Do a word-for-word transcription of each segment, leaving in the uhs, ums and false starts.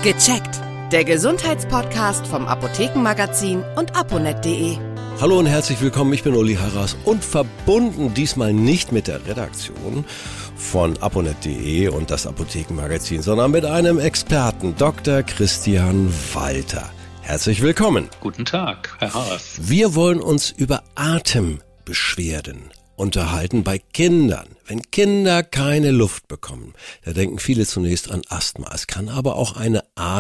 Gecheckt. Der Gesundheitspodcast vom Apothekenmagazin und aponet punkt de. Hallo und herzlich willkommen, ich bin Uli Harras und verbunden diesmal nicht mit der Redaktion von aponet punkt de und das Apothekenmagazin, sondern mit einem Experten, Doktor Christian Walter. Herzlich willkommen. Guten Tag, Herr Harras. Wir wollen uns über Atembeschwerden unterhalten bei Kindern. Wenn Kinder keine Luft bekommen, da denken viele zunächst an Asthma. Es kann aber auch eine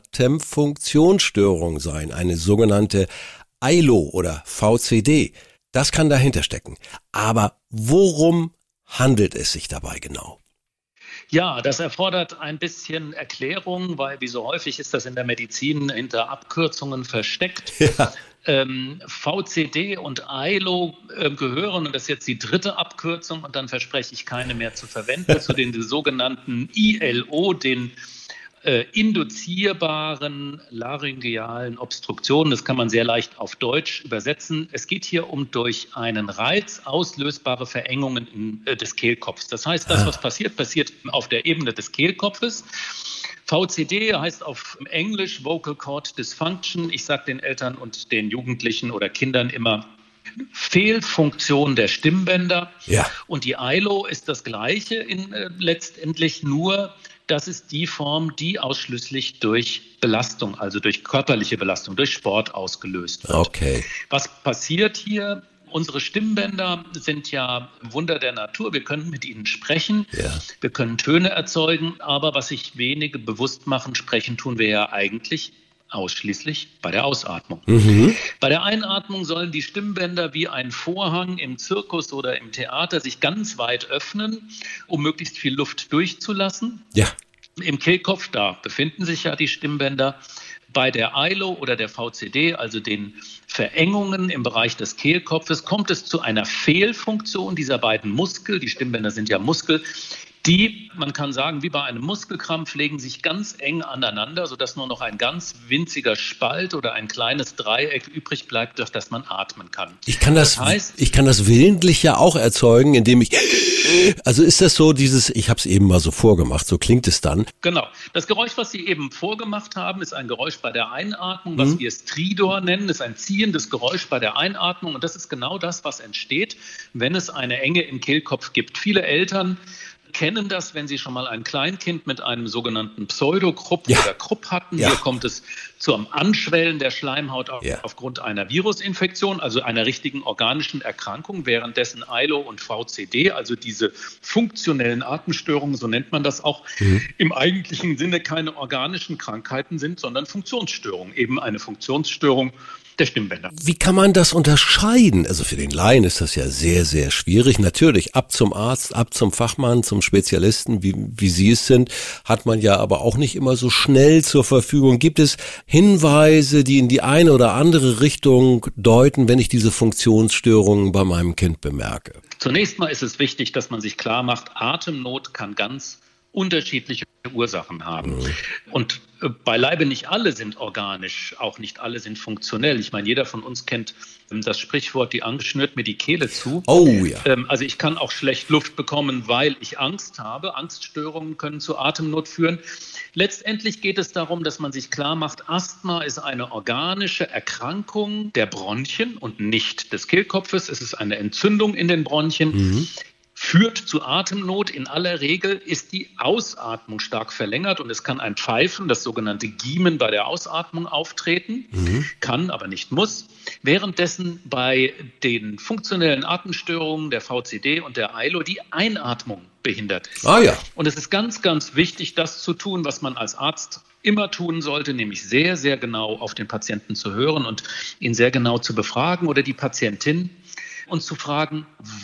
Atemfunktionsstörung sein, eine sogenannte I L O oder V C D. Das kann dahinter stecken. Aber worum handelt es sich dabei genau? Ja, das erfordert ein bisschen Erklärung, weil wie so häufig ist das in der Medizin hinter Abkürzungen versteckt. Ja. Ähm, V C D und I L O äh, gehören, und das ist jetzt die dritte Abkürzung, und dann verspreche ich keine mehr zu verwenden, zu den sogenannten I L O, den äh, induzierbaren laryngealen Obstruktionen. Das kann man sehr leicht auf Deutsch übersetzen. Es geht hier um durch einen Reiz auslösbare Verengungen in, äh, des Kehlkopfs. Das heißt, das, was passiert, passiert auf der Ebene des Kehlkopfes. V C D heißt auf Englisch Vocal Cord Dysfunction. Ich sage den Eltern und den Jugendlichen oder Kindern immer Fehlfunktion der Stimmbänder. Ja. Und die I L O ist das Gleiche in, äh, letztendlich, nur das ist die Form, die ausschließlich durch Belastung, also durch körperliche Belastung, durch Sport ausgelöst wird. Okay. Was passiert hier? Unsere Stimmbänder sind ja Wunder der Natur. Wir können mit ihnen sprechen, ja. Wir können Töne erzeugen, aber was sich wenige bewusst machen, sprechen tun wir ja eigentlich ausschließlich bei der Ausatmung. Mhm. Bei der Einatmung sollen die Stimmbänder wie ein Vorhang im Zirkus oder im Theater sich ganz weit öffnen, um möglichst viel Luft durchzulassen. Ja. Im Kehlkopf, da befinden sich ja die Stimmbänder. Bei der I L O oder der V C D, also den Verengungen im Bereich des Kehlkopfes, kommt es zu einer Fehlfunktion dieser beiden Muskel. Die Stimmbänder sind ja Muskel. Die, man kann sagen, wie bei einem Muskelkrampf, legen sich ganz eng aneinander, sodass nur noch ein ganz winziger Spalt oder ein kleines Dreieck übrig bleibt, durch das man atmen kann. Ich kann das, das heißt, ich kann das willentlich ja auch erzeugen, indem ich, also ist das so dieses, ich habe es eben mal so vorgemacht, so klingt es dann. Genau. Das Geräusch, was Sie eben vorgemacht haben, ist ein Geräusch bei der Einatmung, was mhm. wir Stridor nennen, ist ein ziehendes Geräusch bei der Einatmung, und das ist genau das, was entsteht, wenn es eine Enge im Kehlkopf gibt. Viele Eltern kennen das, wenn sie schon mal ein Kleinkind mit einem sogenannten Pseudokrupp ja. oder Krupp hatten. Ja. Hier kommt es zum Anschwellen der Schleimhaut auf, ja. aufgrund einer Virusinfektion, also einer richtigen organischen Erkrankung, währenddessen I L O und V C D, also diese funktionellen Atemstörungen, so nennt man das auch, mhm. im eigentlichen Sinne keine organischen Krankheiten sind, sondern Funktionsstörungen, eben eine Funktionsstörung der Stimmbänder. Wie kann man das unterscheiden? Also für den Laien ist das ja sehr, sehr schwierig. Natürlich, ab zum Arzt, ab zum Fachmann, zum Spezialisten, wie, wie Sie es sind, hat man ja aber auch nicht immer so schnell zur Verfügung. Gibt es Hinweise, die in die eine oder andere Richtung deuten, wenn ich diese Funktionsstörungen bei meinem Kind bemerke? Zunächst mal ist es wichtig, dass man sich klar macht, Atemnot kann ganz unterschiedliche Ursachen haben. Mhm. Und äh, beileibe nicht alle sind organisch, auch nicht alle sind funktionell. Ich meine, jeder von uns kennt ähm, das Sprichwort, die Angst schnürt mir die Kehle zu. Oh ja. Ähm, also ich kann auch schlecht Luft bekommen, weil ich Angst habe. Angststörungen können zu Atemnot führen. Letztendlich geht es darum, dass man sich klar macht, Asthma ist eine organische Erkrankung der Bronchien und nicht des Kehlkopfes. Es ist eine Entzündung in den Bronchien. Mhm. Führt zu Atemnot. In aller Regel ist die Ausatmung stark verlängert und es kann ein Pfeifen, das sogenannte Giemen, bei der Ausatmung auftreten, mhm. kann, aber nicht muss. Währenddessen bei den funktionellen Atemstörungen der V C D und der I L O die Einatmung behindert ist. Ah, ja. Und es ist ganz, ganz wichtig, das zu tun, was man als Arzt immer tun sollte, nämlich sehr, sehr genau auf den Patienten zu hören und ihn sehr genau zu befragen oder die Patientin, und zu fragen,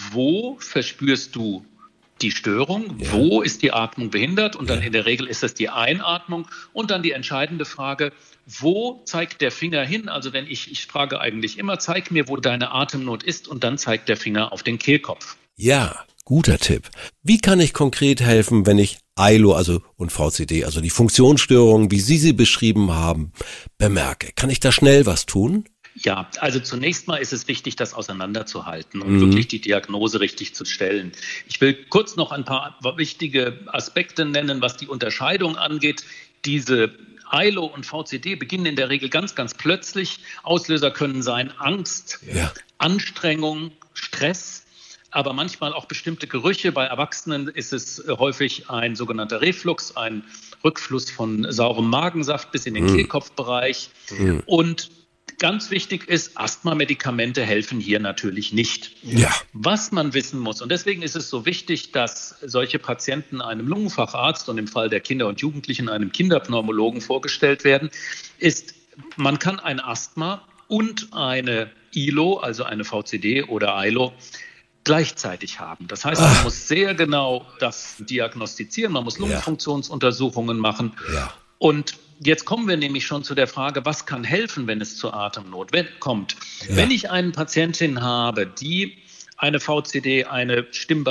wo verspürst du die Störung, ja. wo ist die Atmung behindert, und dann ja. in der Regel ist das die Einatmung, und dann die entscheidende Frage, wo zeigt der Finger hin, also wenn ich, ich frage eigentlich immer, zeig mir, wo deine Atemnot ist, und dann zeigt der Finger auf den Kehlkopf. Ja, guter Tipp. Wie kann ich konkret helfen, wenn ich I L O also und V C D, also die Funktionsstörungen, wie Sie sie beschrieben haben, bemerke? Kann ich da schnell was tun? Ja, also zunächst mal ist es wichtig, das auseinanderzuhalten und mhm. wirklich die Diagnose richtig zu stellen. Ich will kurz noch ein paar wichtige Aspekte nennen, was die Unterscheidung angeht. Diese I L O und V C D beginnen in der Regel ganz, ganz plötzlich. Auslöser können sein Angst, ja. Anstrengung, Stress, aber manchmal auch bestimmte Gerüche. Bei Erwachsenen ist es häufig ein sogenannter Reflux, ein Rückfluss von saurem Magensaft bis in den mm. Kehlkopfbereich. Mm. Und ganz wichtig ist, Asthma-Medikamente helfen hier natürlich nicht. Ja. Was man wissen muss, und deswegen ist es so wichtig, dass solche Patienten einem Lungenfacharzt und im Fall der Kinder und Jugendlichen einem Kinderpneumologen vorgestellt werden, ist, man kann ein Asthma und eine I L O, also eine V C D oder I L O, gleichzeitig haben. Das heißt, man Ach. muss sehr genau das diagnostizieren, man muss Lungenfunktionsuntersuchungen machen. Ja. Und jetzt kommen wir nämlich schon zu der Frage, was kann helfen, wenn es zur Atemnot kommt. Ja. Wenn ich eine Patientin habe, die eine V C D, eine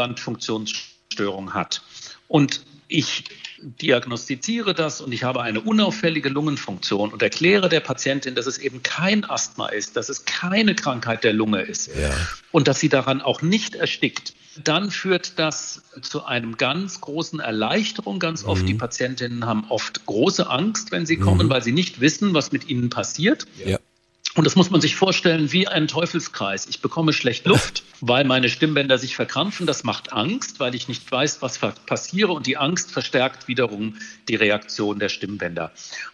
Stimmbandfunktionsstörung hat und ich diagnostiziere das und ich habe eine unauffällige Lungenfunktion und erkläre der Patientin, dass es eben kein Asthma ist, dass es keine Krankheit der Lunge ist ja. und dass sie daran auch nicht erstickt, dann führt das zu einem ganz großen Erleichterung. Ganz oft, mhm. die Patientinnen haben oft große Angst, wenn sie mhm. kommen, weil sie nicht wissen, was mit ihnen passiert. Ja. Und das muss man sich vorstellen wie ein Teufelskreis. Ich bekomme schlecht Luft, weil meine Stimmbänder sich verkrampfen. Das macht Angst, weil ich nicht weiß, was passiere. Und die Angst verstärkt wiederum die Reaktion der Stimmbänder.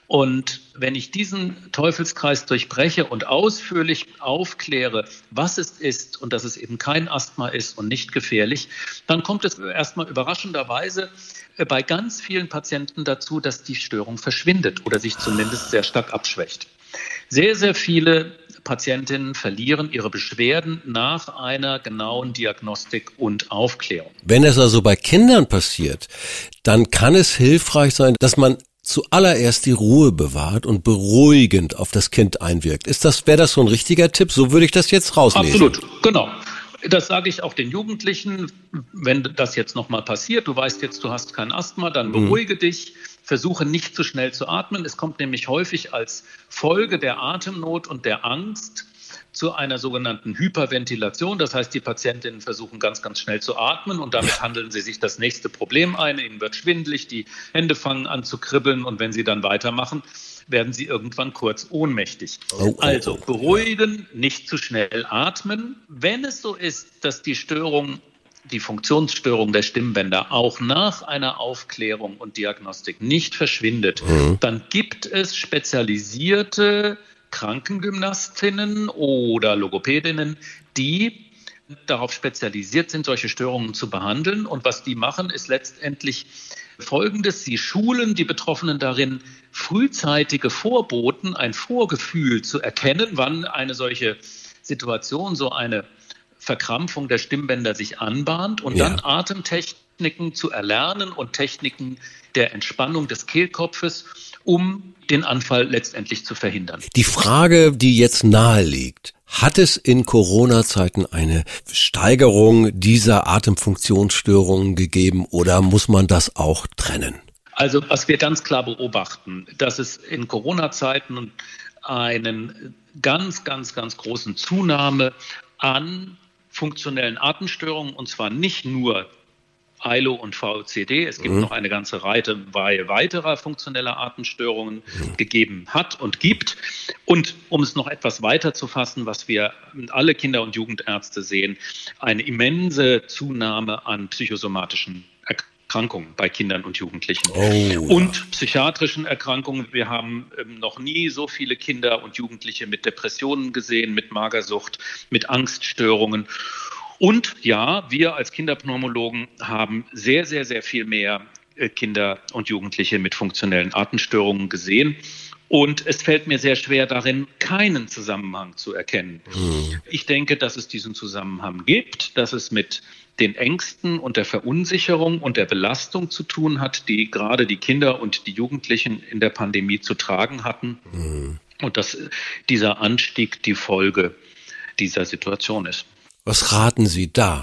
Und wenn ich diesen Teufelskreis durchbreche und ausführlich aufkläre, was es ist und dass es eben kein Asthma ist und nicht gefährlich, dann kommt es erstmal überraschenderweise bei ganz vielen Patienten dazu, dass die Störung verschwindet oder sich zumindest sehr stark abschwächt. Sehr, sehr viele Patientinnen verlieren ihre Beschwerden nach einer genauen Diagnostik und Aufklärung. Wenn es also bei Kindern passiert, dann kann es hilfreich sein, dass man zuallererst die Ruhe bewahrt und beruhigend auf das Kind einwirkt. Ist das, wäre das so ein richtiger Tipp? So würde ich das jetzt rauslesen. Absolut, genau. Das sage ich auch den Jugendlichen, wenn das jetzt nochmal passiert, du weißt jetzt, du hast kein Asthma, dann beruhige mhm. dich, versuche nicht zu schnell zu atmen. Es kommt nämlich häufig als Folge der Atemnot und der Angst zu einer sogenannten Hyperventilation. Das heißt, die Patientinnen versuchen ganz, ganz schnell zu atmen und damit handeln sie sich das nächste Problem ein. Ihnen wird schwindelig, die Hände fangen an zu kribbeln und wenn sie dann weitermachen, werden sie irgendwann kurz ohnmächtig. Oh, oh, also beruhigen, nicht zu schnell atmen. Wenn es so ist, dass die Störung, die Funktionsstörung der Stimmbänder auch nach einer Aufklärung und Diagnostik nicht verschwindet, mhm. dann gibt es spezialisierte Krankengymnastinnen oder Logopädinnen, die darauf spezialisiert sind, solche Störungen zu behandeln. Und was die machen, ist letztendlich Folgendes: Sie schulen die Betroffenen darin, frühzeitige Vorboten, ein Vorgefühl zu erkennen, wann eine solche Situation, so eine Verkrampfung der Stimmbänder sich anbahnt und ja. dann Atemtechniken zu erlernen und Techniken der Entspannung des Kehlkopfes, um den Anfall letztendlich zu verhindern. Die Frage, die jetzt nahe liegt: Hat es in Corona-Zeiten eine Steigerung dieser Atemfunktionsstörungen gegeben oder muss man das auch trennen? Also was wir ganz klar beobachten, dass es in Corona-Zeiten einen ganz, ganz, ganz großen Zunahme an funktionellen Atemstörungen, und zwar nicht nur I L O und V C D, es gibt mhm. noch eine ganze Reihe weiterer funktioneller Atemstörungen mhm. gegeben hat und gibt. Und um es noch etwas weiter zu fassen, was wir alle Kinder- und Jugendärzte sehen, eine immense Zunahme an psychosomatischen Erkrankungen bei Kindern und Jugendlichen oh. und psychiatrischen Erkrankungen. Wir haben ähm, noch nie so viele Kinder und Jugendliche mit Depressionen gesehen, mit Magersucht, mit Angststörungen. Und ja, wir als Kinderpneumologen haben sehr, sehr, sehr viel mehr äh, Kinder und Jugendliche mit funktionellen Atemstörungen gesehen. Und es fällt mir sehr schwer darin, keinen Zusammenhang zu erkennen. Mhm. Ich denke, dass es diesen Zusammenhang gibt, dass es mit den Ängsten und der Verunsicherung und der Belastung zu tun hat, die gerade die Kinder und die Jugendlichen in der Pandemie zu tragen hatten. Mhm. Und dass dieser Anstieg die Folge dieser Situation ist. Was raten Sie da?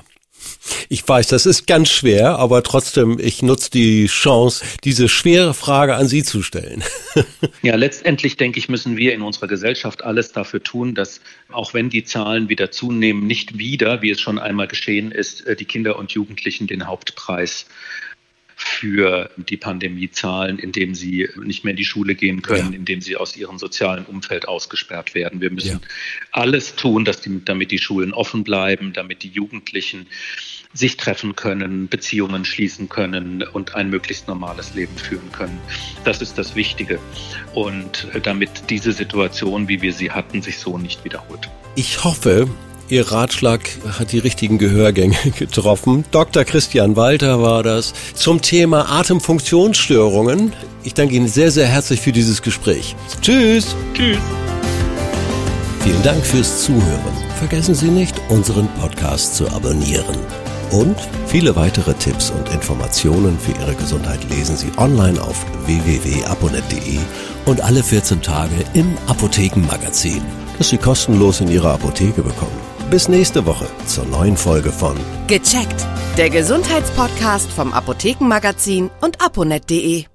Ich weiß, das ist ganz schwer, aber trotzdem, ich nutze die Chance, diese schwere Frage an Sie zu stellen. Ja, letztendlich, denke ich, müssen wir in unserer Gesellschaft alles dafür tun, dass, auch wenn die Zahlen wieder zunehmen, nicht wieder, wie es schon einmal geschehen ist, die Kinder und Jugendlichen den Hauptpreis für die Pandemiezahlen, indem sie nicht mehr in die Schule gehen können, ja. indem sie aus ihrem sozialen Umfeld ausgesperrt werden. Wir müssen ja. alles tun, dass die, damit die Schulen offen bleiben, damit die Jugendlichen sich treffen können, Beziehungen schließen können und ein möglichst normales Leben führen können. Das ist das Wichtige. Und damit diese Situation, wie wir sie hatten, sich so nicht wiederholt. Ich hoffe, Ihr Ratschlag hat die richtigen Gehörgänge getroffen. Doktor Christian Walter war das zum Thema Atemfunktionsstörungen. Ich danke Ihnen sehr, sehr herzlich für dieses Gespräch. Tschüss. Tschüss. Vielen Dank fürs Zuhören. Vergessen Sie nicht, unseren Podcast zu abonnieren. Und viele weitere Tipps und Informationen für Ihre Gesundheit lesen Sie online auf w w w punkt aponet punkt de und alle vierzehn Tage im Apothekenmagazin, das Sie kostenlos in Ihrer Apotheke bekommen. Bis nächste Woche zur neuen Folge von Gecheckt, der Gesundheitspodcast vom Apothekenmagazin und aponet punkt de.